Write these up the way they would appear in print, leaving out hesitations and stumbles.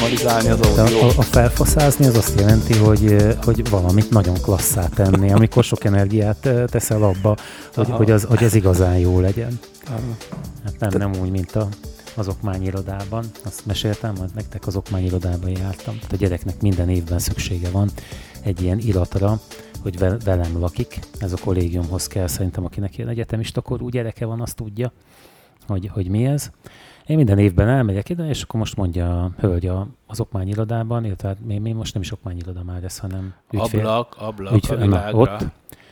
minimalizálni az audio. A felfaszázni az azt jelenti, hogy valamit nagyon klasszá tenni, amikor sok energiát teszel abba, hogy az igazán jó legyen. Hát nem úgy, mint az okmányirodában. Azt meséltem, hogy nektek az okmányirodában jártam. A gyereknek minden évben szüksége van egy ilyen iratra, hogy velem lakik. Ez a kollégiumhoz kell, szerintem akinek ilyen egyetemista korú gyereke van, azt tudja, hogy mi ez. Én minden évben elmegyek ide, és akkor most mondja a hölgy az okmányirodában, illetve hát mi most nem is okmányiroda már ez, hanem ablak a világra. Ott,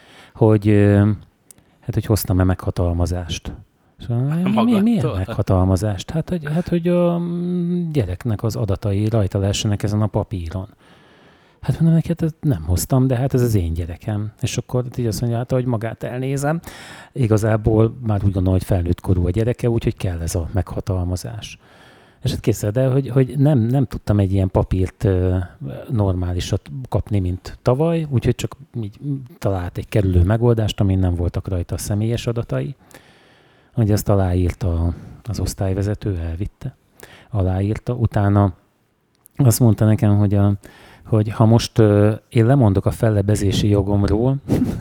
hogy hoztam-e meghatalmazást. Milyen meghatalmazást? Hogy a gyereknek az adatai rajta lessenek ezen a papíron. Hát mondom neki, hát nem hoztam, de hát ez az én gyerekem. És akkor így azt mondja, hogy magát elnézem. Igazából már úgy gondolom, hogy felnőtt korú a gyereke, úgyhogy kell ez a meghatalmazás. És hát készülj el, hogy nem tudtam egy ilyen papírt normálisat kapni, mint tavaly, úgyhogy csak így talált egy kerülő megoldást, amin nem voltak rajta a személyes adatai. Hogy ezt aláírta az osztályvezető, elvitte, aláírta. Utána azt mondta nekem, hogy ha most én lemondok a fellebezési jogomról,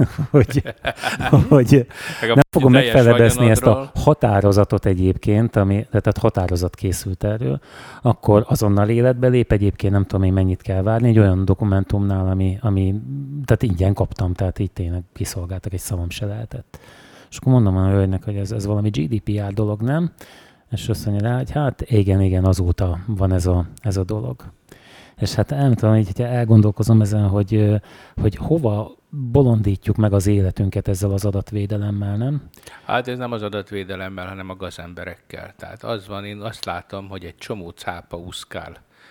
hogy nem fogom megfellebezni ezt a határozatot egyébként, tehát határozat készült erről, akkor azonnal életbe lép, egyébként nem tudom én mennyit kell várni, egy olyan dokumentumnál, ami tehát ingyen kaptam, tehát így tényleg kiszolgáltak, egy szavam se lehetett. És akkor mondom a hölgynek, hogy ez valami GDPR dolog, nem? És azt mondja rá, hogy hát igen, azóta van ez a dolog. És hát nem tudom, hogyha elgondolkozom ezen, hogy hova bolondítjuk meg az életünket ezzel az adatvédelemmel, nem? Hát ez nem az adatvédelemmel, hanem a gazemberekkel. Tehát az van, én azt látom, hogy egy csomó cápa úszkál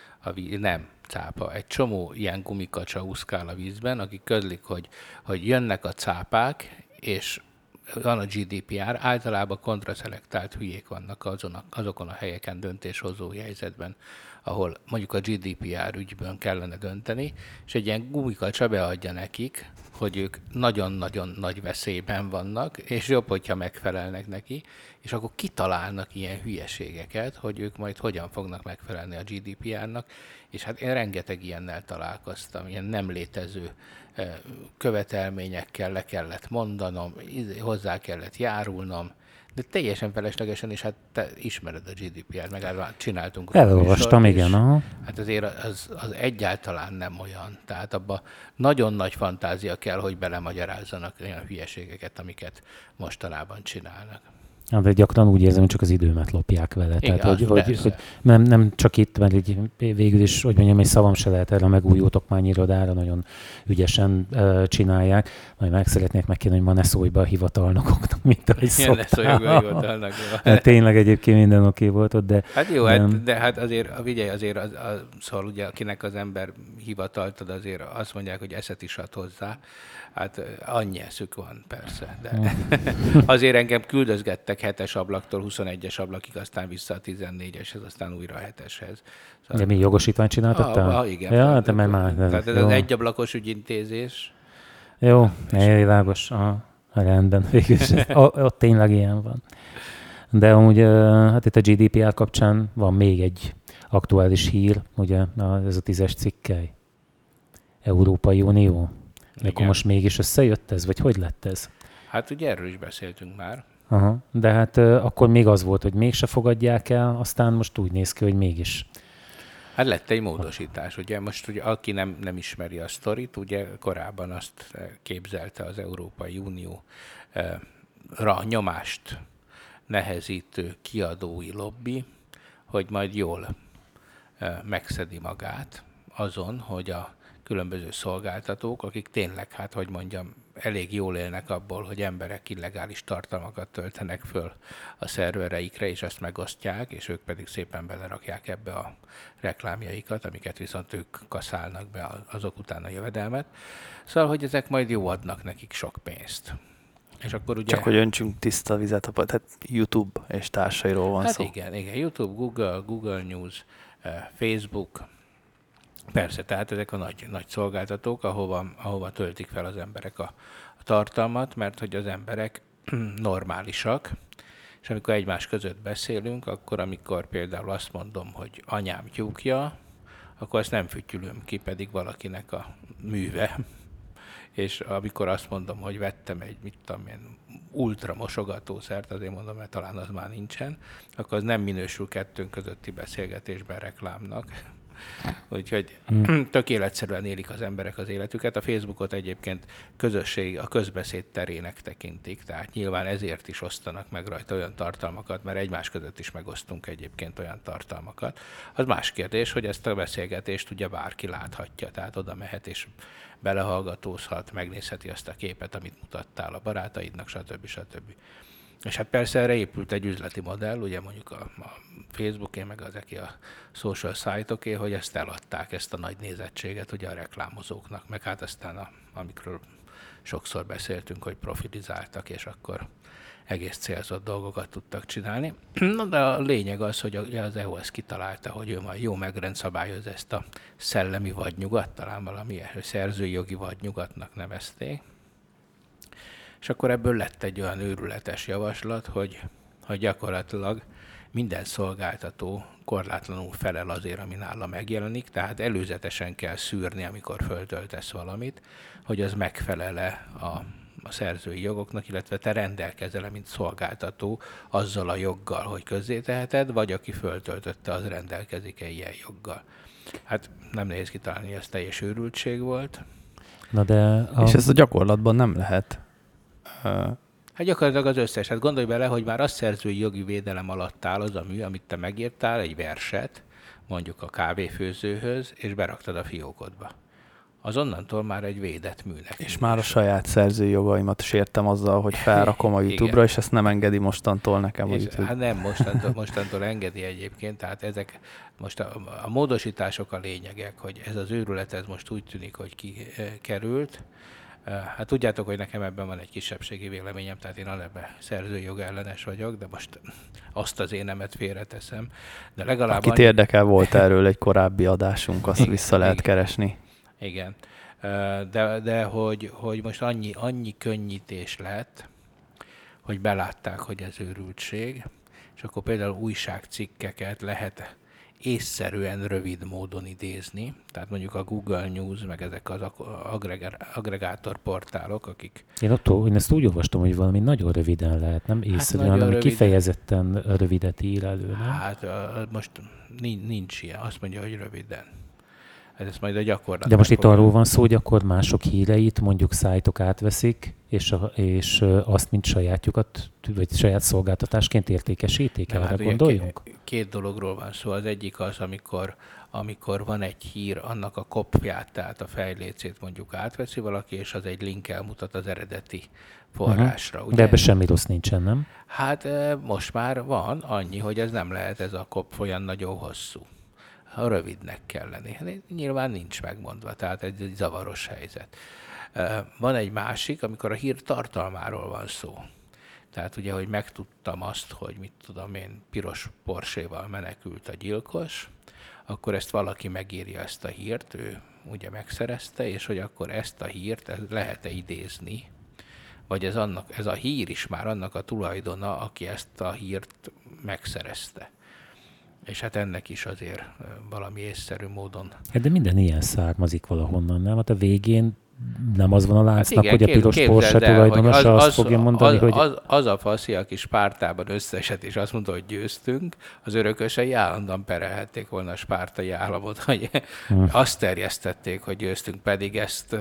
nem cápa, egy csomó ilyen gumikacsa úszkál a vízben, akik közlik, hogy jönnek a cápák, és van a GDPR, általában kontraszelektált hülyék vannak azokon a helyeken döntéshozó helyzetben, ahol mondjuk a GDPR ügyben kellene dönteni, és egy ilyen gumikacsa beadja nekik, hogy ők nagyon-nagyon nagy veszélyben vannak, és jobb, hogyha megfelelnek neki, és akkor kitalálnak ilyen hülyeségeket, hogy ők majd hogyan fognak megfelelni a GDPR-nak, és hát én rengeteg ilyennel találkoztam, ilyen nem létező követelményekkel le kellett mondanom, hozzá kellett járulnom, de teljesen feleslegesen, és hát te ismered a GDPR-t, meg csináltunk. Elolvastam, igen. Aha. Hát azért az egyáltalán nem olyan. Tehát abban nagyon nagy fantázia kell, hogy belemagярázzanak olyan hülyeségeket, amiket mostanában csinálnak. De gyakran úgy érzem, hogy csak az időmet lopják vele. Igen, tehát, hogy nem csak itt, mert így végül is, hogy mondjam, egy szavam se lehet erre a megújult okmányirodára, nagyon ügyesen csinálják. Majd meg szeretnék megkérni, hogy ma ne szólj be a hivatalnokoknak, mint ahogy szoktál. Ne szólj be a hivatalnak. Tényleg egyébként minden oké volt ott, de... Hát jó, de hát azért, vigyelj, azért szóval ugye, akinek az ember hivatalt ad, azért azt mondják, hogy eszet is ad hozzá. Hát annyi eszük van, persze, de azért engem küldözgettek 7-es ablaktól 21-es ablakig, aztán vissza a 14-eshez, aztán újra a 7-eshez. Szóval... De mi jogosítványt csináltattál? Igen. Ja, te már. Tehát ez az egyablakos ügyintézés. Jó, világos. Rendben. Ott tényleg ilyen van. De amúgy hát itt a GDPR kapcsán van még egy aktuális hír, ugye ez a 10-es cikkely. Európai Unió. De akkor most mégis összejött ez, vagy hogy lett ez? Hát ugye erről is beszéltünk már. Aha, de hát akkor még az volt, hogy mégse fogadják el, aztán most úgy néz ki, hogy mégis. Hát lett egy módosítás. Ugye most, ugye, aki nem ismeri a sztorit, ugye korábban azt képzelte az Európai Unió nyomást nehezítő kiadói lobby, hogy majd jól megszedi magát azon, hogy a különböző szolgáltatók, akik tényleg, hát hogy mondjam, elég jól élnek abból, hogy emberek illegális tartalmakat töltenek föl a szervereikre, és ezt megosztják, és ők pedig szépen belerakják ebbe a reklámjaikat, amiket viszont ők kaszálnak be azok után a jövedelmet. Szóval, hogy ezek majd jó adnak nekik sok pénzt. És akkor ugye... Csak hogy öntsünk tiszta vizet, tehát YouTube és társairól van szó. Hát igen, YouTube, Google News, Facebook. Persze, tehát ezek a nagy szolgáltatók, ahova töltik fel az emberek a tartalmat, mert hogy az emberek normálisak, és amikor egymás között beszélünk, akkor amikor például azt mondom, hogy anyám tyúkja, akkor ezt nem fütyülöm ki, pedig valakinek a műve. És amikor azt mondom, hogy vettem egy, ultra mosogatószert, azért mondom, mert talán az már nincsen, akkor az nem minősül kettőnk közötti beszélgetésben reklámnak. Úgyhogy tökéletszerűen élik az emberek az életüket. A Facebookot egyébként a közbeszéd terének tekintik, tehát nyilván ezért is osztanak meg rajta olyan tartalmakat, mert egymás között is megosztunk egyébként olyan tartalmakat. Az más kérdés, hogy ezt a beszélgetést ugye bárki láthatja, tehát oda mehet és belehallgatózhat, megnézheti azt a képet, amit mutattál a barátaidnak, stb. És hát persze erre épült egy üzleti modell, ugye mondjuk a Facebooké, meg ezek a social site-oké, hogy ezt eladták, ezt a nagy nézettséget ugye a reklámozóknak, meg hát aztán amikről sokszor beszéltünk, hogy profilizáltak, és akkor egész célzott dolgokat tudtak csinálni. Na, de a lényeg az, hogy az EU ezt kitalálta, hogy ő majd jó megrendszabályoz ezt a szellemi vadnyugat, talán valamilyen, hogy szerzői jogi vadnyugatnak nevezték. És akkor ebből lett egy olyan őrületes javaslat, hogy gyakorlatilag minden szolgáltató korlátlanul felel azért, ami nála megjelenik, tehát előzetesen kell szűrni, amikor föltöltesz valamit, hogy az megfelel-e a szerzői jogoknak, illetve te rendelkezel, mint szolgáltató azzal a joggal, hogy közzéteheted, vagy aki föltöltötte, az rendelkezik-e ilyen joggal. Hát nem nehéz kitalálni, ez teljes őrültség volt. Na de És ez a gyakorlatban nem lehet. Hát gyakorlatilag az összes. Hát gondolj bele, hogy már az szerzői jogi védelem alatt áll az a mű, amit te megírtál, egy verset, mondjuk a kávéfőzőhöz, és beraktad a fiókodba. Az onnantól már egy védett műnek. És már a saját szerzői jogaimat sértem azzal, hogy felrakom a YouTube-ra, és ezt nem engedi mostantól nekem a YouTube. Hát nem, mostantól engedi egyébként, tehát ezek most a módosítások a lényegek, hogy ez az őrület, ez most úgy tűnik, hogy kikerült. Hát tudjátok, hogy nekem ebben van egy kisebbségi véleményem, tehát én alapvetően szerzői jogellenes vagyok, de most azt az énemet félreteszem. De legalább akit érdekel, volt erről egy korábbi adásunk, azt vissza lehet keresni. Igen, de hogy most annyi könnyítés lett, hogy belátták, hogy ez őrültség, és akkor például újságcikkeket lehet észszerűen rövid módon idézni, tehát mondjuk a Google News, meg ezek az agregátor portálok, akik... Én ezt úgy olvastam, hogy valami nagyon röviden lehet, nem észszerűen, hanem röviden. Kifejezetten rövidet ír elő, nem? Hát most nincs ilyen, azt mondja, hogy röviden. Ez majd a gyakorlat. De most itt arról van szó, hogy akkor mások híreit mondjuk szájtok átveszik, és azt, mint sajátjukat, vagy saját szolgáltatásként értékesítik? Erre hát gondoljunk? Két dologról van szó. Az egyik az, amikor van egy hír, annak a kopját, tehát a fejlécét mondjuk átveszi valaki, és az egy linkkel mutat az eredeti forrásra. Ugye? De ebben semmi rossz nincsen, nem? Hát most már van annyi, hogy ez nem lehet, ez a kop olyan nagyon hosszú. Rövidnek kell lenni. Nyilván nincs megmondva, tehát egy zavaros helyzet. Van egy másik, amikor a hír tartalmáról van szó. Tehát ugye, hogy megtudtam azt, hogy mit tudom én, piros Porsche-val menekült a gyilkos, akkor ezt valaki megírja ezt a hírt, ő ugye megszerezte, és hogy akkor ezt a hírt lehet-e idézni, vagy ez a hír is már annak a tulajdona, aki ezt a hírt megszerezte. És hát ennek is azért valami észszerű módon. De minden ilyen származik valahonnan, nem? Hát a végén nem az van a láncnak, hát igen, hogy a piros Porsche tulajdonosa azt fogja mondani, hogy... Az a faszi, aki Spártában összeesett, és azt mondta, hogy győztünk, az örökösei állandóan perelhették volna a spártai államot, hogy azt terjesztették, hogy győztünk, pedig ezt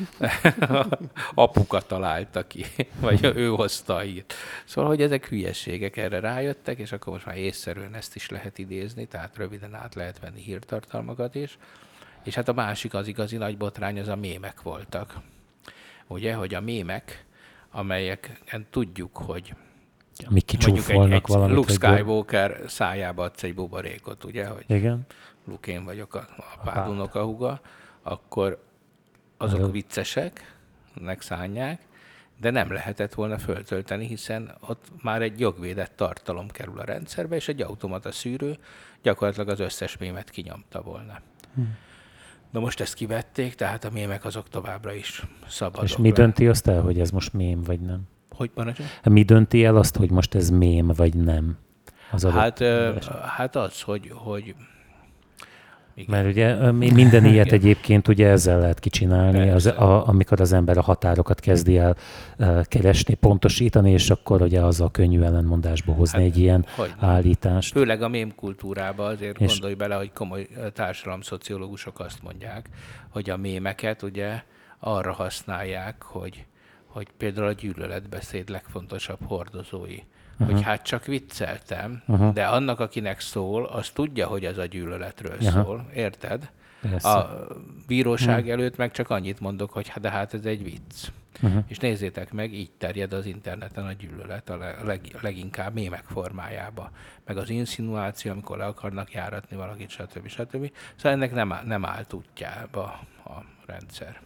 apuka találta ki, vagy ő hozta a hírt. Szóval, hogy ezek hülyeségek, erre rájöttek, és akkor most már észszerűen ezt is lehet idézni, tehát röviden át lehet venni hírtartalmakat is. És hát a másik, az igazi nagy botrány, az a mémek voltak. Ugye, hogy a mémek, amelyeken tudjuk, hogy mondjuk egy Luke Skywalker szájába adsz egy buborékot, ugye, hogy igen. Luke, én vagyok a apád unokahuga, akkor azok viccesek, nek szánják, de nem lehetett volna föltölteni, hiszen ott már egy jogvédett tartalom kerül a rendszerbe, és egy automata szűrő gyakorlatilag az összes mémet kinyomta volna. Na most ezt kivették, tehát a mémek azok továbbra is szabadok. És mi dönti azt el, hogy ez most mém vagy nem? Hogy parancsol? Mi dönti el azt, hogy most ez mém vagy nem? Hát az, hogy Igen. Mert ugye minden ilyet egyébként ugye ezzel lehet kicsinálni, amikor az ember a határokat kezdi el keresni, pontosítani, és akkor ugye azzal könnyű ellenmondásba hozni egy ilyen állítást. Főleg a mém kultúrában azért gondolj bele, hogy komoly társadalomszociológusok azt mondják, hogy a mémeket ugye arra használják, hogy például a gyűlöletbeszéd legfontosabb hordozói. Hogy hát csak vicceltem, de annak, akinek szól, az tudja, hogy ez a gyűlöletről szól. Érted? Persze. A bíróság előtt meg csak annyit mondok, hogy de hát ez egy vicc. És nézzétek meg, így terjed az interneten a gyűlölet a leginkább mémek formájába. Meg az insinuáció, amikor le akarnak járatni valakit, stb. Szóval ennek nem állt útjába a rendszer.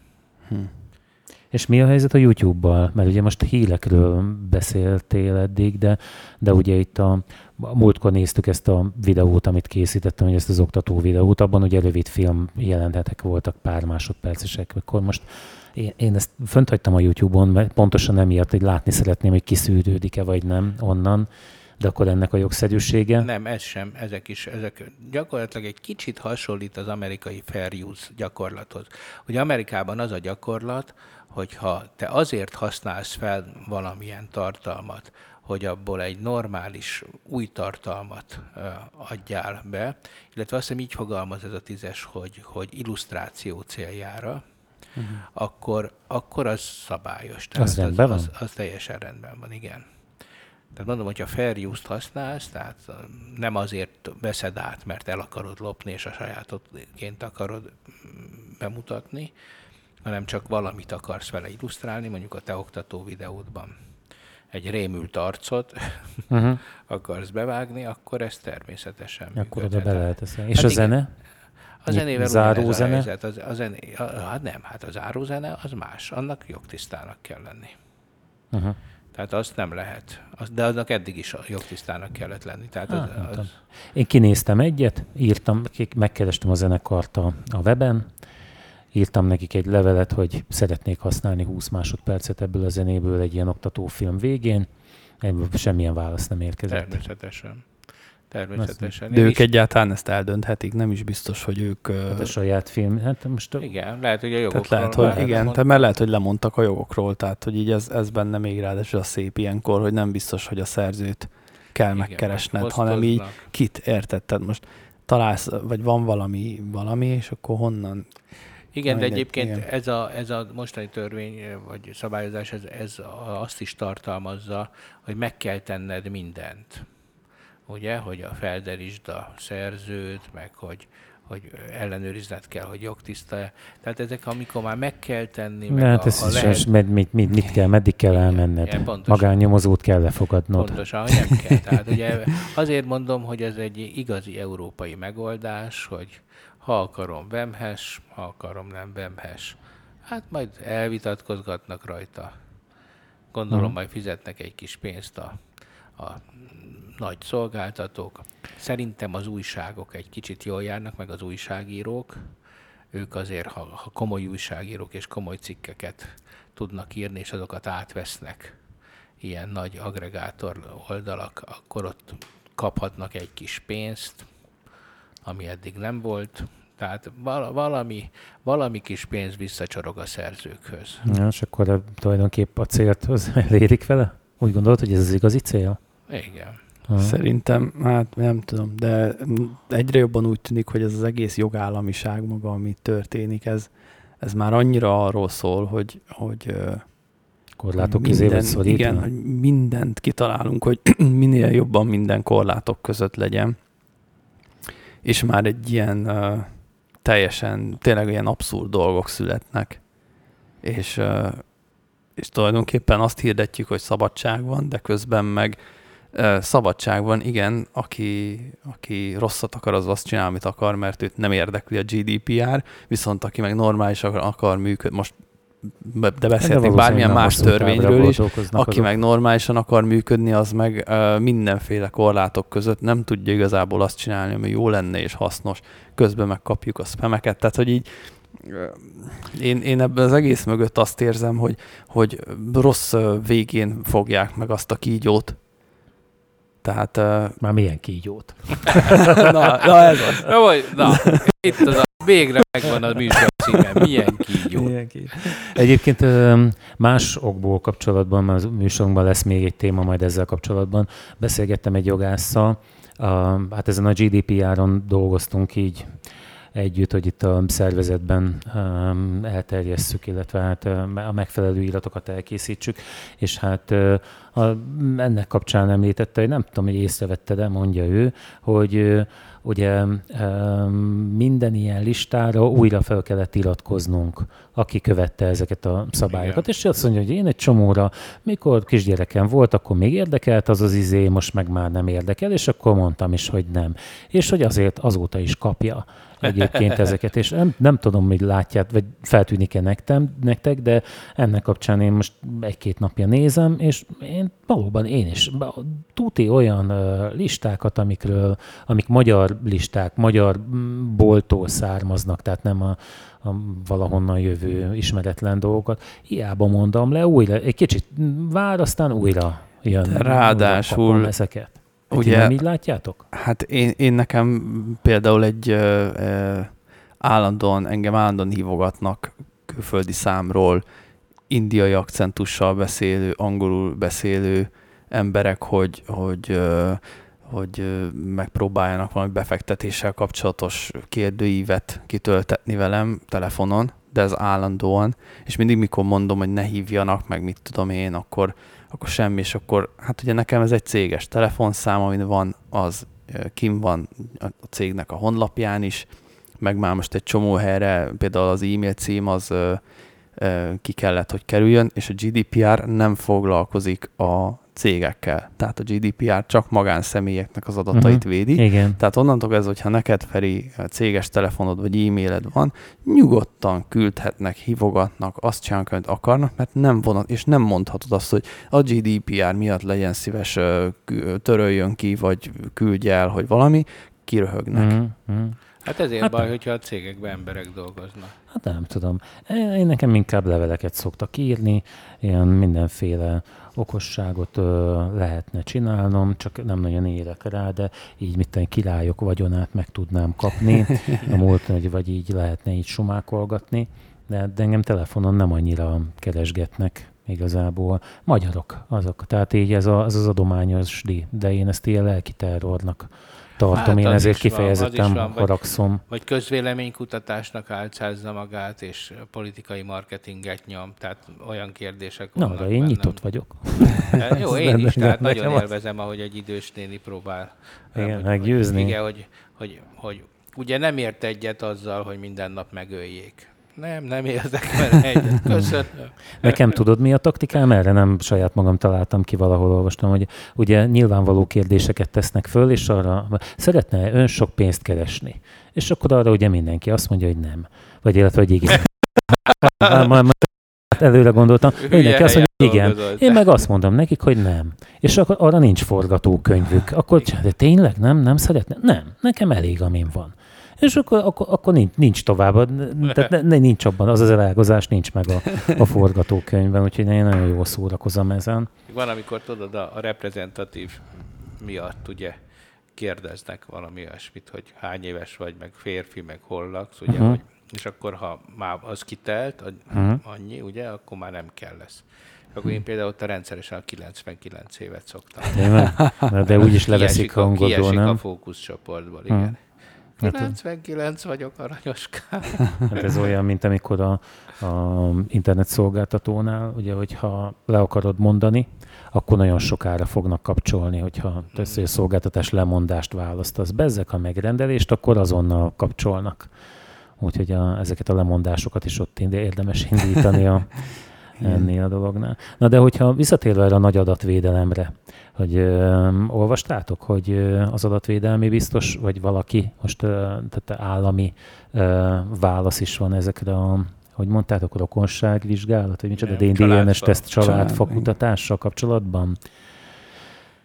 És mi a helyzet a YouTube-bal? Mert ugye most hírekről beszéltél eddig, de ugye itt a múltkor néztük ezt a videót, amit készítettem, hogy ezt az oktató videót, abban ugye rövid film jelenetek voltak, pár másodpercesek. Akkor most én ezt fönt hagytam a YouTube-on, mert pontosan emiatt, hogy látni szeretném, hogy kiszűrődik-e vagy nem onnan, de akkor ennek a jogszerűsége? Nem, ez sem. Ezek gyakorlatilag egy kicsit hasonlít az amerikai fair use gyakorlathoz. Ugye Amerikában az a gyakorlat, hogyha te azért használsz fel valamilyen tartalmat, hogy abból egy normális új tartalmat adjál be, illetve azt hiszem így fogalmaz ez a 10-es, hogy illusztráció céljára, akkor az szabályos. Az rendben van? Az teljesen rendben van, igen. Tehát mondom, hogyha fair use-t használsz, tehát nem azért veszed át, mert el akarod lopni, és a sajátodként akarod bemutatni, hanem csak valamit akarsz vele illusztrálni, mondjuk a te oktató videódban egy rémült arcot akarsz bevágni, akkor ez természetesen akkor oda be lehet eszni. És hát a zene? A zenével zárózene? Hát a zárózene az más. Annak jogtisztának kell lenni. Tehát azt nem lehet. De annak eddig is jogtisztának kellett lenni. Tehát Én kinéztem egyet, megkerestem a zenekart a weben, írtam nekik egy levelet, hogy szeretnék használni 20 másodpercet ebből a zenéből egy ilyen oktatófilm végén. Ebből semmilyen válasz nem érkezett. Természetesen. De ők egyáltalán ezt eldönthetik, nem is biztos, hogy ők... Hát a saját film, hát most... Igen, lehet, hogy a jogokról... Tehát lehet, hogy lemondtak a jogokról, tehát hogy így ez benne még ráadásul a szép ilyenkor, hogy nem biztos, hogy a szerzőt kell megkeresned, hanem így kit értetted most találsz, vagy van valami, és akkor honnan... Igen, de egyébként ez a mostani törvény, vagy szabályozás, ez azt is tartalmazza, hogy meg kell tenned mindent. Ugye, hogy felderítsd a szerzőt, meg hogy ellenőrizned kell, hogy jogtiszta. Tehát ezek, amikor már meg kell tenni, meg hát mit kell, meddig kell elmenned? Igen, magánnyomozót kell lefogadnod. Pontosan, hogy nem kell. Tehát ugye azért mondom, hogy ez egy igazi európai megoldás, hogy ha akarom vemhes, ha akarom nem vemhes. Hát majd elvitatkozgatnak rajta. Gondolom, majd fizetnek egy kis pénzt a nagy szolgáltatók. Szerintem az újságok egy kicsit jól járnak, meg az újságírók. Ők azért, ha komoly újságírók és komoly cikkeket tudnak írni, és azokat átvesznek ilyen nagy agregátor oldalak, akkor ott kaphatnak egy kis pénzt, ami eddig nem volt. Tehát valami kis pénz visszacsorog a szerzőkhöz. Ja, és akkor tulajdonképp a célt elérik vele? Úgy gondolod, hogy ez az igazi cél? Igen. Szerintem, hát nem tudom, de egyre jobban úgy tűnik, hogy ez az egész jogállamiság maga, ami történik, ez már annyira arról szól, hogy korlátok közé vagy szorítva. Igen, hogy mindent kitalálunk, hogy minél jobban minden korlátok között legyen. És már egy ilyen tényleg ilyen abszurd dolgok születnek. És tulajdonképpen azt hirdetjük, hogy szabadság van, de közben meg szabadság van, igen, aki rosszat akar, az azt csinál, amit akar, mert őt nem érdekli a GDPR, viszont aki meg normálisan akar működni, most de beszéltünk bármilyen más törvényről is, aki meg normálisan akar működni, az meg mindenféle korlátok között nem tudja igazából azt csinálni, ami jó lenne és hasznos, közben megkapjuk a spameket, tehát hogy így én ebben az egész mögött azt érzem, hogy rossz végén fogják meg azt a kígyót, Tehát... Már milyen kígyót? na, ez az. Na, itt az végre megvan a műsor címe. Milyen kígyó. Egyébként más okból kapcsolatban, a műsorunkban lesz még egy téma majd ezzel kapcsolatban. Beszélgettem egy jogásszal, hát ezen a GDPR-on dolgoztunk így együtt, hogy itt a szervezetben elterjesszük, illetve hát a megfelelő iratokat elkészítsük, és hát ennek kapcsán említette, hogy nem tudom, hogy észrevette, de mondja ő, hogy ugye minden ilyen listára újra fel kellett iratkoznunk, aki követte ezeket a szabályokat. Igen. És azt mondja, hogy én egy csomóra, mikor kisgyerekem volt, akkor még érdekelt az izé, most meg már nem érdekel, és akkor mondtam is, hogy nem. És hogy azért azóta is kapja egyébként ezeket, és nem tudom, hogy látját, vagy feltűnik-e nektek, de ennek kapcsán én most 1-2 napja nézem, és valóban én is tuti olyan listákat, amik magyar listák, magyar boltól származnak, tehát nem a valahonnan jövő ismeretlen dolgokat. Hiába mondom le, újra egy kicsit vár, aztán újra jön. Ráadásul ezeket. Ugye, nem így látjátok? Hát én nekem például engem állandóan hívogatnak külföldi számról indiai akcentussal beszélő, angolul beszélő emberek, hogy megpróbáljanak valami befektetéssel kapcsolatos kérdőívet kitöltetni velem telefonon, de ez állandóan, és mindig mikor mondom, hogy ne hívjanak, meg mit tudom én, akkor semmi, és akkor, hát ugye nekem ez egy céges telefonszám, amin van, az kim van a cégnek a honlapján is, meg már most egy csomó helyre, például az e-mail cím az ki kellett, hogy kerüljön, és a GDPR nem foglalkozik a cégekkel. Tehát a GDPR csak magánszemélyeknek az adatait védi. Igen. Tehát onnantól ez, hogyha neked, Feri, céges telefonod vagy e-mailed van, nyugodtan küldhetnek, hívogatnak, azt csinálnak, amit akarnak, mert nem vonat, és nem mondhatod azt, hogy a GDPR miatt legyen szíves, töröljön ki, vagy küldj el, hogy valami, kiröhögnek. Hát ezért baj, hogyha a cégekben emberek dolgoznak. Hát nem tudom. Én nekem inkább leveleket szoktak írni, ilyen mindenféle okosságot lehetne csinálnom, csak nem nagyon érek rá, de így mitten királyok vagyonát meg tudnám kapni, a múlt, vagy így lehetne így sumákolgatni, de engem telefonon nem annyira keresgetnek igazából. Magyarok azok, tehát így ez az adományos díj, de én ezt ilyen lelki terrornak tartom, én ezért kifejezetten haragszom. Vagy közvéleménykutatásnak álcázza magát, és politikai marketinget nyom, tehát olyan kérdések vannak. Na, de én nyitott vagyok. Jó, én is, tehát nagyon élvezem, ahogy egy idős néni próbál meggyőzni. Igen, hogy ugye nem ért egyet azzal, hogy minden nap megöljék. Nem érzek vele egyet. Köszönöm. Nekem tudod, mi a taktikám? Erre nem saját magam találtam ki, valahol olvastam, hogy ugye nyilvánvaló kérdéseket tesznek föl, és arra szeretne ön sok pénzt keresni. És akkor arra ugye mindenki azt mondja, hogy nem. Vagy illetve, hogy igen. Előre gondoltam. Mindenki azt mondja, hogy igen. Én meg azt mondom nekik, hogy nem. És akkor arra nincs forgatókönyvük. Akkor de tényleg nem szeretne? Nem. Nekem elég, amin van. És akkor nincs tovább, tehát nincs abban, az elágazás nincs meg a forgatókönyvben, úgyhogy én nagyon jól szórakozom ezen. Van, amikor tudod, a reprezentatív miatt ugye kérdeznek valami olyasmit, hogy hány éves vagy, meg férfi, meg hol laksz, ugye, hogy, és akkor ha már az kitelt, annyi, ugye, akkor már nem kell lesz. Akkor én például ott rendszeresen a 99 évet szoktam. De úgyis leveszik hangodról, nem? Kiesik a fókuszcsoportból, igen. 99 vagyok, aranyoskám. Hát ez olyan, mint amikor a internet szolgáltatónál, ugye, hogyha le akarod mondani, akkor nagyon sokára fognak kapcsolni, hogyha a szolgáltatás lemondást választasz. Bezzek a megrendelést, akkor azonnal kapcsolnak. Úgyhogy ezeket a lemondásokat is ott érdemes indítani ennél a dolognál. Na de hogyha visszatérve erre a nagy adatvédelemre, hogy olvastátok, hogy az adatvédelmi biztos, vagy valaki, most tehát állami válasz is van ezekre hogy mondtátok, rokonságvizsgálat, vagy micsoda, DNS-teszt családfakutatással kapcsolatban?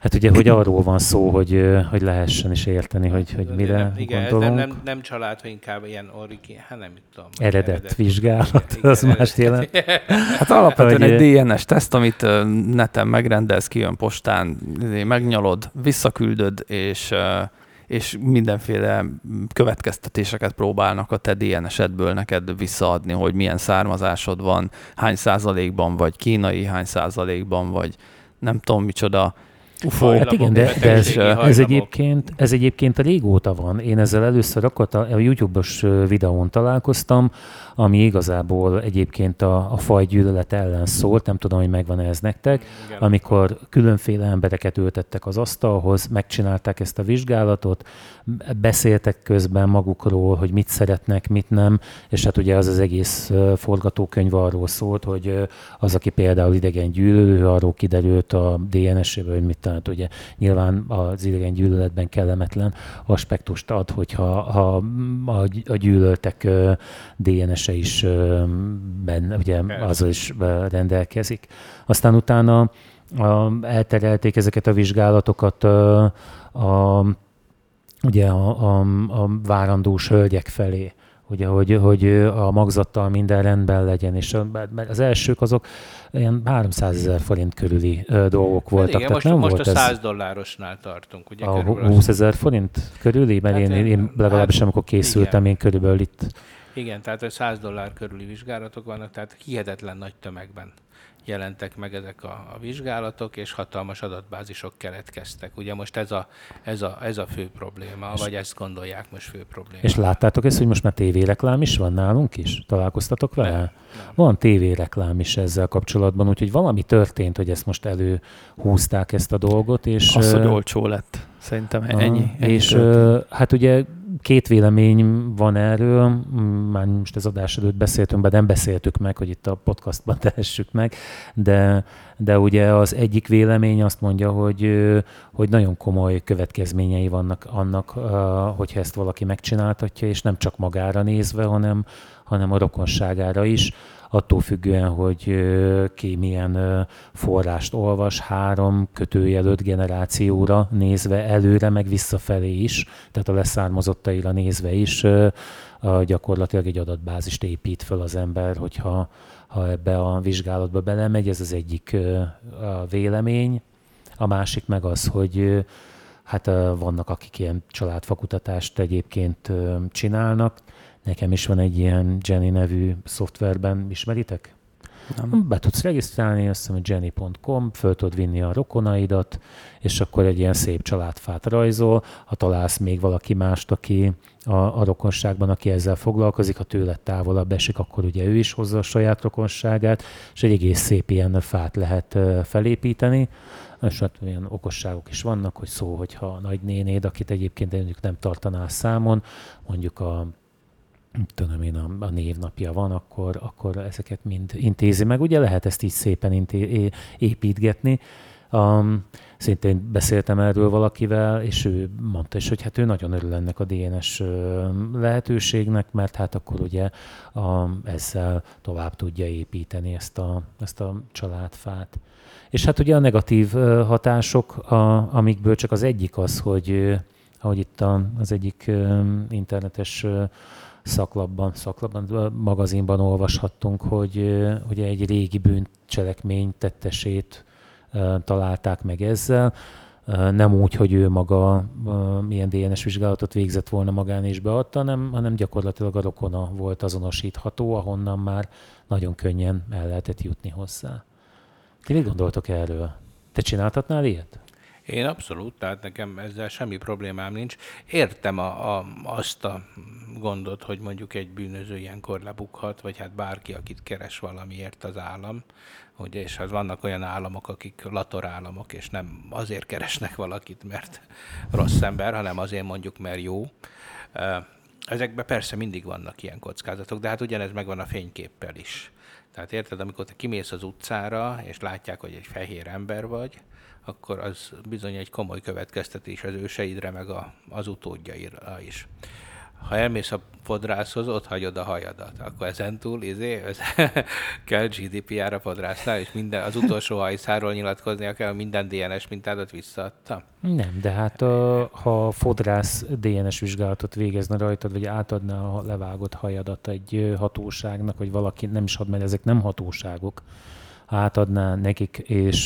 Hát ugye, hogy arról van szó, hogy lehessen is érteni, hogy mire gondolunk. Nem család, hogy inkább ilyen nem tudom. Eredet vizsgálat, az mást jelent. Hát alapvetően egy DNS teszt, amit neten megrendelsz, kijön postán, megnyalod, visszaküldöd, és mindenféle következtetéseket próbálnak a te DNS-edből neked visszaadni, hogy milyen származásod van, hány százalékban vagy kínai, hány százalékban vagy nem tudom micsoda. Hát igen, de ez egyébként régóta van. Én ezzel először akkor a YouTube-os videón találkoztam, ami igazából egyébként a fajgyűlölet ellen szólt, nem tudom, hogy megvan-e ez nektek, igen. Amikor különféle embereket ültettek az asztalhoz, megcsinálták ezt a vizsgálatot, beszéltek közben magukról, hogy mit szeretnek, mit nem, és hát ugye az egész forgatókönyv arról szólt, hogy az, aki például idegen gyűlölő, arról kiderült a DNS-ből, hogy mit talált, ugye nyilván az idegen gyűlöletben kellemetlen aspektust ad, hogyha a gyűlöltek DNS-e is benne, ugye azzal is rendelkezik. Aztán utána elterelték ezeket a vizsgálatokat ugye a várandós hölgyek felé, ugye, hogy a magzattal minden rendben legyen, és az elsők azok ilyen 300 000 forint körüli dolgok voltak. Igen, most a $100 tartunk. Ugye, a 20 000 forint körüli? Mert hát én legalábbis amikor készültem, igen. Én körülbelül itt. Igen, tehát $100 körüli vizsgálatok vannak, tehát hihetetlen nagy tömegben jelentek meg ezek a vizsgálatok, és hatalmas adatbázisok keletkeztek. Ugye most ez a fő probléma, vagy ezt gondolják most fő probléma. És láttátok ezt, hogy most már tévéreklám is van nálunk is? Találkoztatok vele? Nem. Van tévéreklám is ezzel kapcsolatban, úgyhogy valami történt, hogy ezt most előhúzták ezt a dolgot. És az, hogy olcsó lett. Szerintem ennyi és hát ugye két vélemény van erről, már most az adás előtt beszéltünk, de nem beszéltük meg, hogy itt a podcastban tehessük meg, de ugye az egyik vélemény azt mondja, hogy nagyon komoly következményei vannak annak, hogyha ezt valaki megcsináltatja, és nem csak magára nézve, hanem a rokonságára is, attól függően, hogy ki milyen forrást olvas, 3 / generációra nézve előre, meg visszafelé is, tehát a leszármazottaira nézve is gyakorlatilag egy adatbázist épít föl az ember, hogyha ebbe a vizsgálatba belemegy, ez az egyik vélemény. A másik meg az, hogy hát vannak, akik ilyen családfakutatást egyébként csinálnak. Nekem is van egy ilyen Jenny nevű szoftverben, ismeritek? Nem. Be tudsz regisztrálni, azt hiszem, hogy jenny.com, föl tudod vinni a rokonaidat, és akkor egy ilyen szép családfát rajzol. Ha találsz még valaki mást, aki a rokonságban, aki ezzel foglalkozik, ha tőled távolabb esik, akkor ugye ő is hozza a saját rokonságát, és egy egész szép ilyen fát lehet felépíteni. És hát olyan okosságok is vannak, hogy hogyha a nagynénéd, akit egyébként mondjuk nem tartanál számon, mondjuk a névnapja van, akkor ezeket mind intézi meg. Ugye lehet ezt így szépen építgetni. Szintén beszéltem erről valakivel, és ő mondta is, hogy hát ő nagyon örül ennek a DNS lehetőségnek, mert hát akkor ugye ezzel tovább tudja építeni ezt a családfát. És hát ugye a negatív hatások, amikből csak az egyik az, hogy ahogy itt az egyik internetes szaklapban, magazinban olvashattunk, hogy egy régi bűncselekmény tettesét találták meg ezzel. Nem úgy, hogy ő maga milyen DNS vizsgálatot végzett volna magán és beadta, hanem gyakorlatilag a rokona volt azonosítható, ahonnan már nagyon könnyen el lehetett jutni hozzá. Ti mit gondoltok erről? Te csináltatnál ilyet? Én abszolút, tehát nekem ezzel semmi problémám nincs. Értem azt a gondot, hogy mondjuk egy bűnöző ilyenkor lebukhat, vagy hát bárki, akit keres valamiért az állam. Ugye, és hát vannak olyan államok, akik latorállamok, és nem azért keresnek valakit, mert rossz ember, hanem azért mondjuk, mert jó. Ezekben persze mindig vannak ilyen kockázatok, de hát ugyanez megvan a fényképpel is. Tehát érted, amikor te kimész az utcára, és látják, hogy egy fehér ember vagy, akkor az bizony egy komoly következtetés az őseidre, meg az utódjaira is. ha elmész a fodrászhoz, ott hagyod a hajadat. Akkor ezentúl kell GDPR a fodrásznál, és minden, az utolsó hajszáról nyilatkoznia kell, minden DNS mintádat visszaadta? Nem, de hát ha fodrász DNS vizsgálatot végezne rajtad, vagy átadna a levágott hajadat egy hatóságnak, vagy valaki, nem is ad, mert ezek nem hatóságok, átadná nekik, és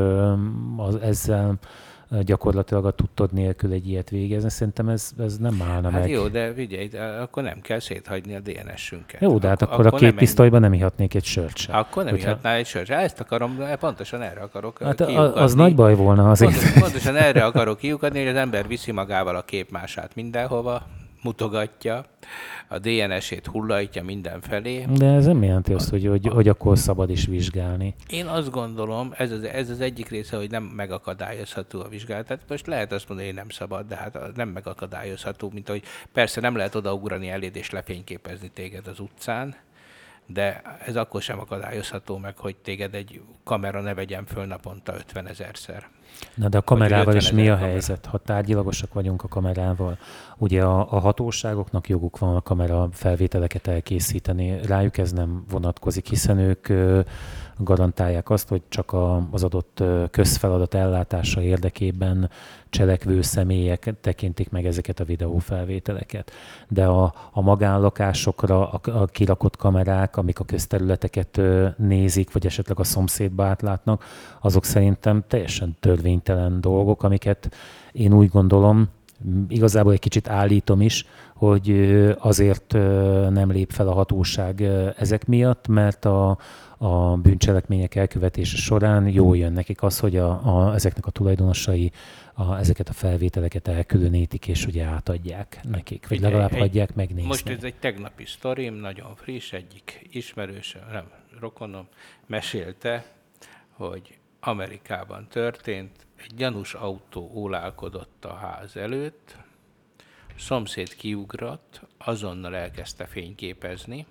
ezzel gyakorlatilag a tudtod nélkül egy ilyet végezni. Szerintem ez nem állna meg. Hát jó, de figyelj, akkor nem kell széthagyni a DNS-ünket. Jó, de hát akkor a két pisztolyban nem ihatnék egy sört sem. Akkor nem ihatnál egy sört sem. Ezt akarom, pontosan erre akarok kiukadni. Az nagy baj volna azért. Pontosan erre akarok kiukadni, hogy az ember viszi magával a képmását mindenhova, mutogatja, a DNS-ét hullajtja mindenfelé. De ez nem jelenti azt, hogy akkor szabad is vizsgálni. Én azt gondolom, ez az egyik része, hogy nem megakadályozható a vizsgálat. Tehát most lehet azt mondani, hogy nem szabad, de hát nem megakadályozható, mint hogy persze nem lehet odaugrani eléd és lefényképezni téged az utcán, de ez akkor sem akadályozható meg, hogy téged egy kamera ne vegyen föl naponta 50 000-szer. Na de a kamerával is mi a helyzet? Ha tárgyilagosak vagyunk a kamerával, ugye a hatóságoknak joguk van a kamera felvételeket elkészíteni, rájuk ez nem vonatkozik, hiszen ők garantálják azt, hogy csak az adott közfeladat ellátása érdekében cselekvő személyek tekintik meg ezeket a videófelvételeket. De a magánlakásokra a kirakott kamerák, amik a közterületeket nézik, vagy esetleg a szomszédba átlátnak, azok szerintem teljesen törvénytelen dolgok, amiket én úgy gondolom, igazából egy kicsit állítom is, hogy azért nem lép fel a hatóság ezek miatt, mert a bűncselekmények elkövetése során jól jön nekik az, hogy ezeknek a tulajdonosai ezeket a felvételeket elkülönítik, és ugye átadják nekik, vagy legalább hagyják megnézni. Most ez egy tegnapi sztorim, nagyon friss, egyik ismerősöm, nem, rokonom, mesélte, hogy Amerikában történt, egy gyanús autó ólálkodott a ház előtt, szomszéd kiugrott, azonnal elkezdte fényképezni,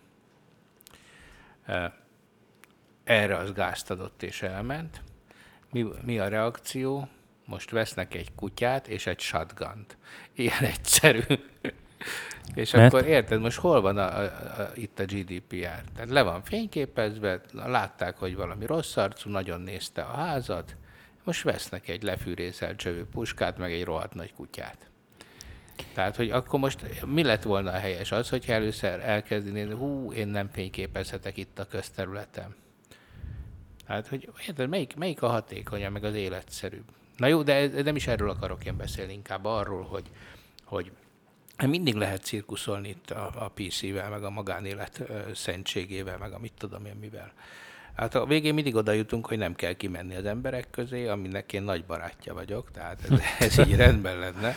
erre az gázt adott és elment. Mi a reakció? Most vesznek egy kutyát és egy shotgunt. Ilyen egyszerű. És akkor érted, most hol van itt a GDPR? Tehát le van fényképezve, látták, hogy valami rossz arcú, nagyon nézte a házat, most vesznek egy lefűrészelt csövő puskát, meg egy rohadt nagy kutyát. Tehát, hogy akkor most mi lett volna a helyes? Az, hogyha először elkezdi nézni, én nem fényképezhetek itt a közterületem. Hát, hogy érted, melyik a hatékonyabb, meg az életszerűbb? Na jó, de nem is erről akarok én beszélni, inkább arról, hogy mindig lehet cirkuszolni itt a PC-vel, meg a magánélet szentségével, meg a mit tudom én mivel. Hát a végén mindig oda jutunk, hogy nem kell kimenni az emberek közé, aminek én nagy barátja vagyok, tehát ez így rendben lenne.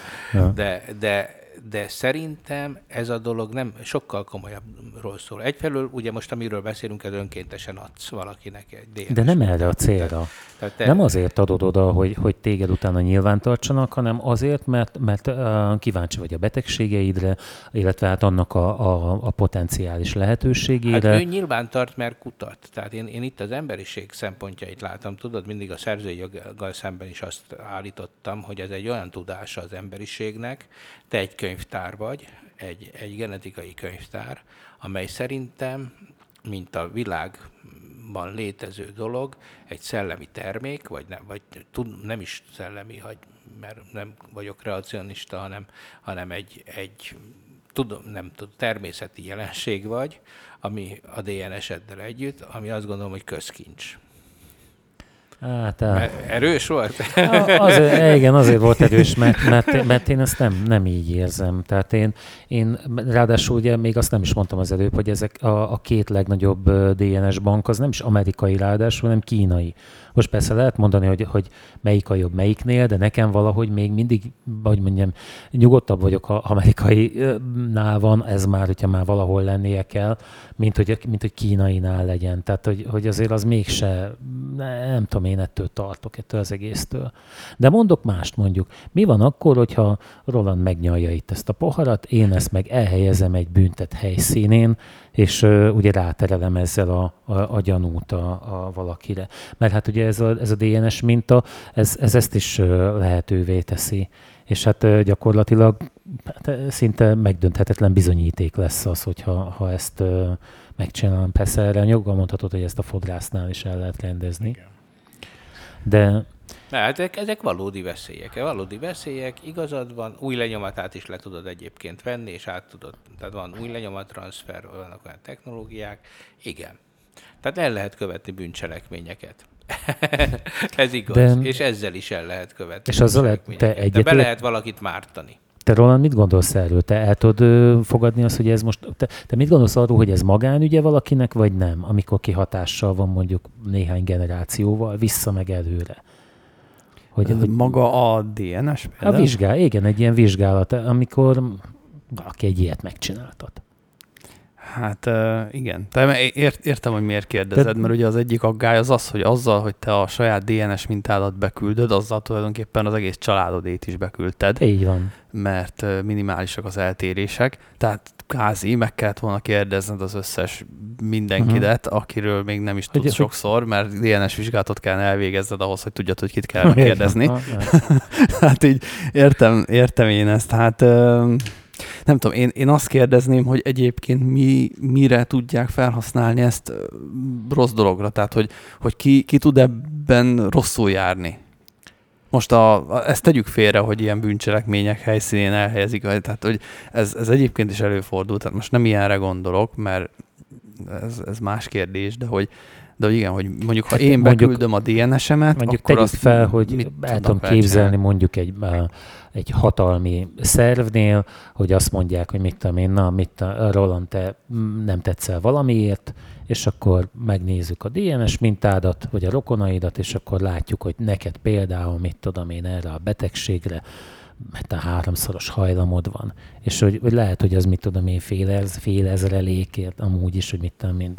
De szerintem ez a dolog nem sokkal komolyabbról szól. Egyfelől ugye most, amiről beszélünk, ez önkéntesen adsz valakinek egy DNS. De nem erre a célra. Nem azért adod oda, hogy téged utána nyilvántartsanak, hanem azért, mert kíváncsi vagy a betegségeidre, illetve hát annak a potenciális lehetőségére. Hát ő nyilvántart, mert kutat. Tehát én itt az emberiség szempontjait látom. Tudod, mindig a szerzői joggal szemben is azt állítottam, hogy ez egy olyan tudása az emberiségnek, te egy könyvtár vagy, egy genetikai könyvtár, amely szerintem, mint a világban létező dolog, egy szellemi termék, vagy nem is szellemi, mert nem vagyok kreacionista, hanem egy természeti jelenség vagy, ami a DNS-eddel együtt, ami azt gondolom, hogy közkincs. Hát, erős volt? Igen, azért volt erős, mert én ezt nem így érzem. Tehát én ráadásul ugye még azt nem is mondtam az előbb, hogy ezek a két legnagyobb DNS bank az nem is amerikai ráadásul, hanem kínai. Most persze lehet mondani, hogy melyik a jobb melyiknél, de nekem valahogy még mindig, hogy mondjam, nyugodtabb vagyok, ha amerikainál van, ez már, hogyha már valahol lennie kell, mint hogy kínainál legyen. Tehát, hogy azért az mégse, nem tudom, én ettől tartok, ettől az egésztől. De mondok mást, mondjuk. Mi van akkor, hogyha Roland megnyalja itt ezt a poharat, én ezt meg elhelyezem egy büntet helyszínén, és ugye ráterelem ezzel a gyanút a valakire. Mert hát ugye ez a DNS minta, ez ezt is lehetővé teszi. És hát gyakorlatilag szinte megdönthetetlen bizonyíték lesz az, hogyha ezt megcsinálom. Persze erre joggal mondhatod, hogy ezt a fodrásznál is el lehet rendezni. Igen. De... ezek valódi veszélyek, igazad van, új lenyomatát is le tudod egyébként venni, és át tudod, tehát van új lenyomattranszfer, vannak olyan technológiák, igen. Tehát el lehet követni bűncselekményeket. Ez igaz, és ezzel is el lehet követni. És azzal lehet, de be lehet valakit mártani. Te, Roland, mit gondolsz erről? Te el tudod fogadni azt, hogy ez most... Te mit gondolsz arról, hogy ez magánügye valakinek, vagy nem? Amikor kihatással van mondjuk néhány generációval, vissza meg előre. Hogy maga a DNS például? Igen, egy ilyen vizsgálat, amikor valaki egy ilyet megcsináltat. Hát igen. Értem, hogy miért kérdezed, mert ugye az egyik aggály az, hogy azzal, hogy te a saját DNS mintádat beküldöd, azzal tulajdonképpen az egész családodét is beküldted. Így van. Mert minimálisak az eltérések. Tehát kázi, meg kellett volna kérdezned az összes mindenkidet, akiről még nem is tudsz sokszor, mert DNS vizsgálatot kell elvégezned ahhoz, hogy tudjad, hogy kit kell kérdezni. Hát így értem én ezt. Hát... nem tudom, én azt kérdezném, hogy egyébként mire tudják felhasználni ezt rossz dologra, tehát hogy ki tud ebben rosszul járni. Most ezt tegyük félre, hogy ilyen bűncselekmények helyszínén elhelyezik, tehát hogy ez egyébként is előfordul, tehát most nem ilyenre gondolok, mert ez más kérdés, de hogy igen, hogy mondjuk ha én beküldöm a DNS-emet, mondjuk akkor azt fel, hogy el tudom képzelni mondjuk egy hatalmi szervnél, hogy azt mondják, hogy mit tudom én, Roland, te nem tetszel valamiért, és akkor megnézzük a DNS mintádat, vagy a rokonaidat, és akkor látjuk, hogy neked például, mit tudom én, erre a betegségre, mert a 3-szoros hajlamod van. És hogy lehet, hogy az mit tudom én, fél ezrelékért amúgy is, hogy mit tudom én,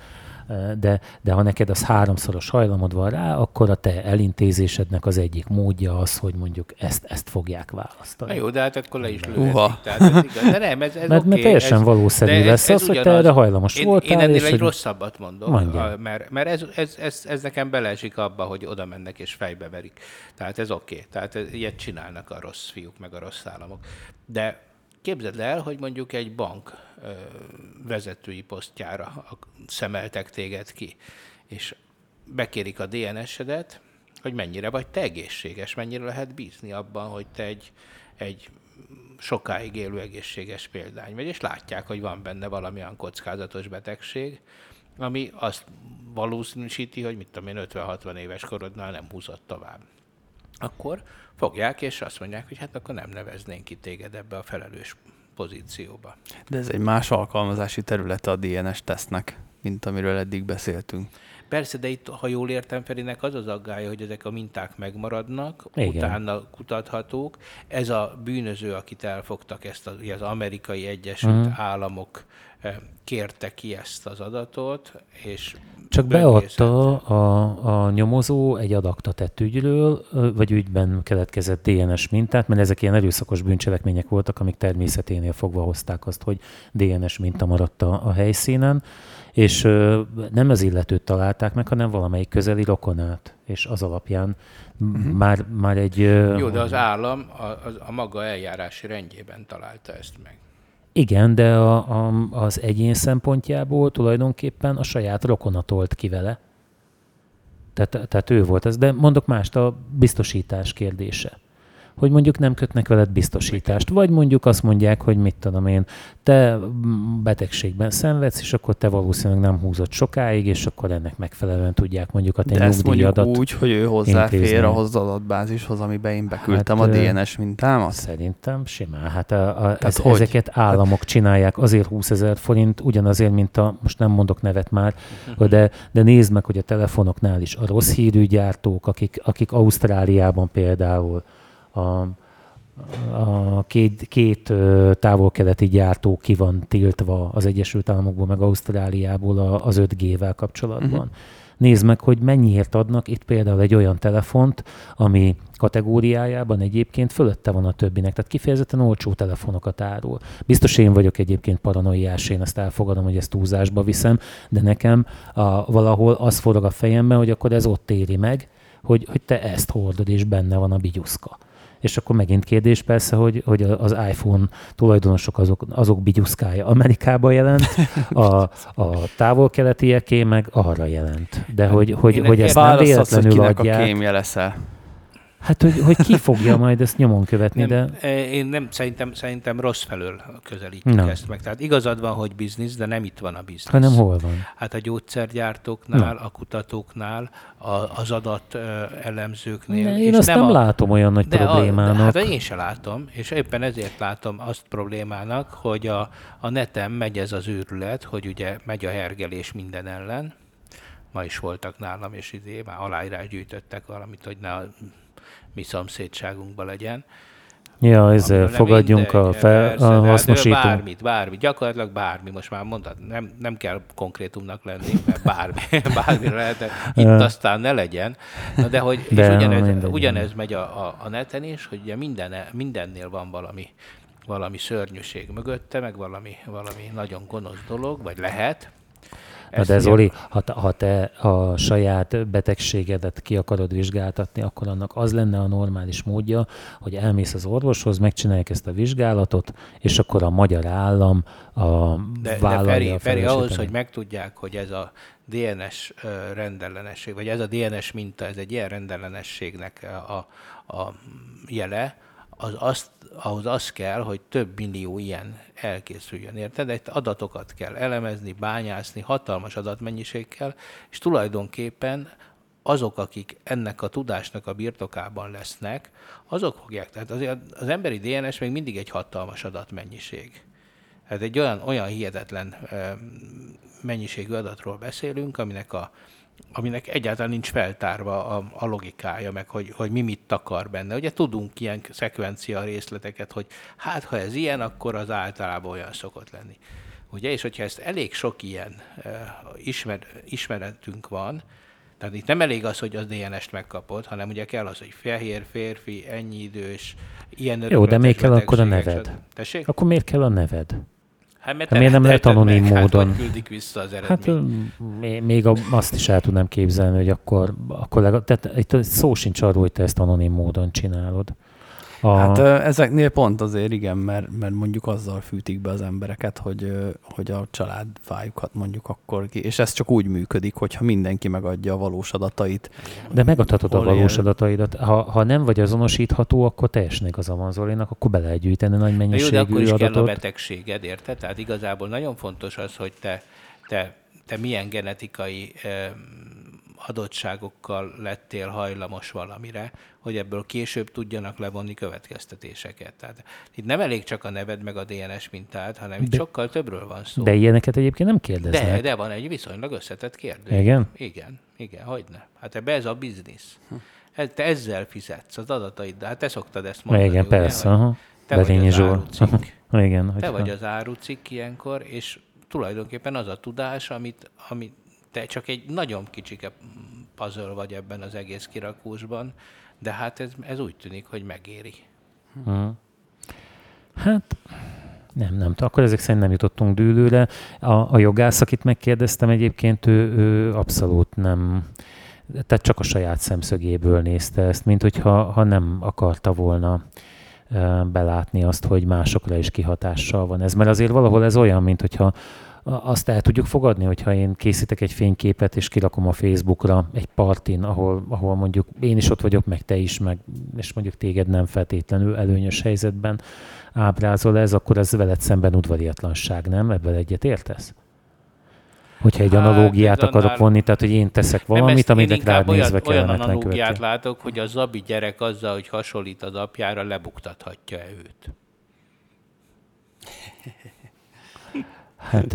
de ha neked az 3-szoros hajlamod van rá, akkor a te elintézésednek az egyik módja az, hogy mondjuk ezt fogják választani. Na jó, de hát akkor le is lőhetik. Tehát ez igaz. De nem, ez mert teljesen valószerű lesz az, hogy te erre hajlamos voltál. Én ennél egy rosszabbat mondok, mert ez nekem beleesik abba, hogy oda mennek és fejbe verik. Tehát ez oké. Tehát ilyet csinálnak a rossz fiúk, meg a rossz államok. De képzeld el, hogy mondjuk egy bank vezetői posztjára szemeltek téged ki, és bekérik a DNS-edet, hogy mennyire vagy te egészséges, mennyire lehet bízni abban, hogy te egy sokáig élő egészséges példány vagy, és látják, hogy van benne valamilyen kockázatos betegség, ami azt valószínűsíti, hogy mit tudom én, 50-60 éves korodnál nem húzott tovább. Akkor fogják, és azt mondják, hogy hát akkor nem neveznénk ki téged ebbe a felelős pozícióba. De ez egy más alkalmazási területe a DNS tesztnek, mint amiről eddig beszéltünk. Persze, de itt, ha jól értem, Ferinek az az aggája, hogy ezek a minták megmaradnak, igen, utána kutathatók. Ez a bűnöző, akit elfogtak, az Amerikai Egyesült Államok kérte ki ezt az adatot, és csak beadta a nyomozó egy adakta tett ügyről, vagy ügyben keletkezett DNS mintát, mert ezek ilyen erőszakos bűncselekmények voltak, amik természeténél fogva hozták azt, hogy DNS minta maradt a helyszínen, és nem az illetőt találták meg, hanem valamelyik közeli rokonát, és az alapján már egy... Jó, de az állam a maga eljárási rendjében találta ezt meg. Igen, de az egyén szempontjából tulajdonképpen a saját rokona tolt ki vele. Tehát ő volt ez. De mondok mást, a biztosítás kérdése. Hogy mondjuk nem kötnek veled biztosítást, vagy mondjuk azt mondják, hogy mit tudom én, te betegségben szenvedsz, és akkor te valószínűleg nem húzott sokáig, és akkor ennek megfelelően tudják mondjuk a te nyugdíjadat. De ezt mondjuk úgy, hogy ő hozzáfér ahhoz az adatbázishoz, amiben én beküldtem a DNS mintámat? Szerintem simán. Hát ezeket államok csinálják azért 20 000 forint, ugyanazért, mint most nem mondok nevet már, de nézd meg, hogy a telefonoknál is a rossz hírű gyártók, akik Ausztráliában például a két távol-keleti gyártó ki van tiltva az Egyesült Államokból, meg Ausztráliából az 5G-vel kapcsolatban. Nézd meg, hogy mennyiért adnak itt például egy olyan telefont, ami kategóriájában egyébként fölötte van a többinek, tehát kifejezetten olcsó telefonokat árul. Biztos én vagyok egyébként paranoiás, én ezt elfogadom, hogy ezt túlzásba viszem, de nekem valahol az forog a fejemben, hogy akkor ez ott éri meg, hogy te ezt hordod, és benne van a bigyuszka. És akkor megint kérdés persze, hogy az iPhone tulajdonosok azok bigyuszkája Amerikába jelent, a távol-keletieké meg arra jelent. De hogy ezt nem véletlenül adják. A kémje leszel. Hát, hogy ki fogja majd ezt nyomon követni, nem, de... Én nem, szerintem rossz felől közelítjük ezt meg. Tehát igazad van, hogy biznisz, de nem itt van a biznisz. Hanem hol van? Hát a gyógyszergyártóknál, a kutatóknál, az adat elemzőknél. Én azt nem látom olyan nagy problémának. Hát én se látom, és éppen ezért látom azt problémának, hogy a neten megy ez az őrület, hogy ugye megy a hergelés minden ellen. Ma is voltak nálam, és már aláírás gyűjtöttek valamit, hogy ne a mi szomszédságunkban legyen. Ja, ezzel fogadjunk a hasznosító. Bármi, gyakorlatilag bármi, most már mondtad, nem kell konkrétumnak lenni, mert bármi lehet, itt aztán ne legyen. De ugyanez megy a neten is, hogy ugye mindennél van valami szörnyűség mögötte, meg valami nagyon gonosz dolog, vagy lehet. De Zoli, ha te a saját betegségedet ki akarod vizsgáltatni, akkor annak az lenne a normális módja, hogy elmész az orvoshoz, megcsinálják ezt a vizsgálatot, és akkor a magyar állam vállalja a Feri, ahhoz, hogy megtudják, hogy ez a DNS rendellenesség, vagy ez a DNS minta, ez egy ilyen rendellenességnek a jele, ahhoz az kell, hogy több millió ilyen elkészüljön, érted? Egy adatokat kell elemezni, bányászni, hatalmas adatmennyiség kell, és tulajdonképpen azok, akik ennek a tudásnak a birtokában lesznek, azok fogják. Tehát az emberi DNS még mindig egy hatalmas adatmennyiség. Hát egy olyan hihetetlen mennyiségű adatról beszélünk, aminek egyáltalán nincs feltárva a logikája, meg hogy mi mit takar benne. Ugye tudunk ilyen szekvencia részleteket, hogy hát ha ez ilyen, akkor az általában olyan szokott lenni. Ugye, és hogyha ezt elég sok ilyen ismeretünk van, tehát itt nem elég az, hogy az DNS-t megkapod, hanem ugye kell az, hogy fehér férfi, ennyi idős, ilyen jó, de miért kell akkor a neved? Tessék? Akkor miért kell a neved? Hát miért nem lehet anonim módon? Hát küldik vissza az eredményt. Hát még azt is el tudnám képzelni, hogy akkor tehát itt szó sincs arról, hogy te ezt anonim módon csinálod. Hát ezeknél pont azért igen, mert mondjuk azzal fűtik be az embereket, hogy a családfájukat mondjuk akkor ki. És ez csak úgy működik, hogyha mindenki megadja a valós adatait. De megadhatod a valós adataidat. Ha nem vagy azonosítható, akkor teljesen igaza van Zolinak, akkor be lehet gyűjteni nagy mennyiségű adatot. Jó, de akkor is kell a betegséged, érted? Tehát igazából nagyon fontos az, hogy te milyen genetikai adottságokkal lettél hajlamos valamire, hogy ebből később tudjanak levonni következtetéseket. Tehát itt nem elég csak a neved meg a DNS mintád, hanem itt sokkal többről van szó. De ilyeneket egyébként nem kérdeznek. De van egy viszonylag összetett kérdés. Igen? Igen, hogyne. Hát ebbe ez a biznisz. Te ezzel fizetsz az adataid, hát te szoktad ezt mondani. Igen, persze. Ugye, te vagy az árucikk. Igen, te vagy az árucikk ilyenkor, és tulajdonképpen az a tudás, amit te csak egy nagyon kicsike puzzle vagy ebben az egész kirakósban, de hát ez úgy tűnik, hogy megéri. Hát nem. Akkor ezek szerint nem jutottunk dűlőre. A jogász, akit megkérdeztem egyébként, ő abszolút nem, tehát csak a saját szemszögéből nézte ezt, mint hogyha nem akarta volna belátni azt, hogy másokra is kihatással van ez. Mert azért valahol ez olyan, mint hogyha azt el tudjuk fogadni, hogyha én készítek egy fényképet, és kirakom a Facebookra egy partin, ahol mondjuk én is ott vagyok, meg te is, és mondjuk téged nem feltétlenül előnyös helyzetben ábrázol ez, akkor ez veled szemben udvariatlanság, nem? Ebből egyet értesz? Hogyha egy analógiát akarok vonni, tehát hogy én teszek valamit, amit rád nézve kellemetlen olyan analógiát látok, hogy a Zabi gyerek azzal, hogy hasonlít az apjára, lebuktathatja őt. Hát,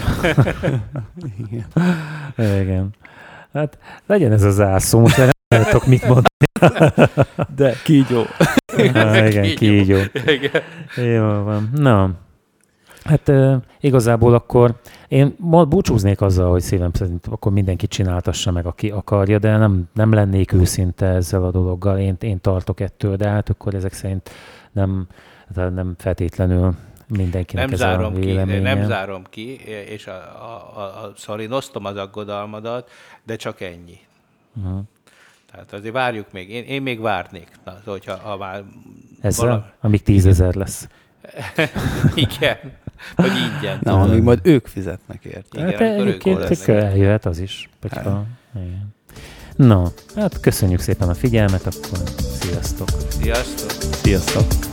igen. Hát legyen ez a zászló, most nem tudok mit mondani. De kígyó. Igen, kígyó. Jó van. Na, hát igazából akkor én búcsúznék azzal, hogy szívem szerint akkor mindenki csináltassa meg, aki akarja, de nem lennék őszinte ezzel a dologgal. Én tartok ettől, de hát akkor ezek szerint nem feltétlenül mindenkinek ez a véleménye. Nem zárom ki, és sorry, osztom az aggodalmadat, de csak ennyi. Tehát azért várjuk még. Én még várnék. Na, hogyha már ezzel? Amíg 10 000 lesz. Igen. Vagy ingyen. Na, amíg majd ők fizetnek érte. Hát egyébként eljöhet az is. Igen. No, hát köszönjük szépen a figyelmet, akkor sziasztok. Sziasztok. Sziasztok.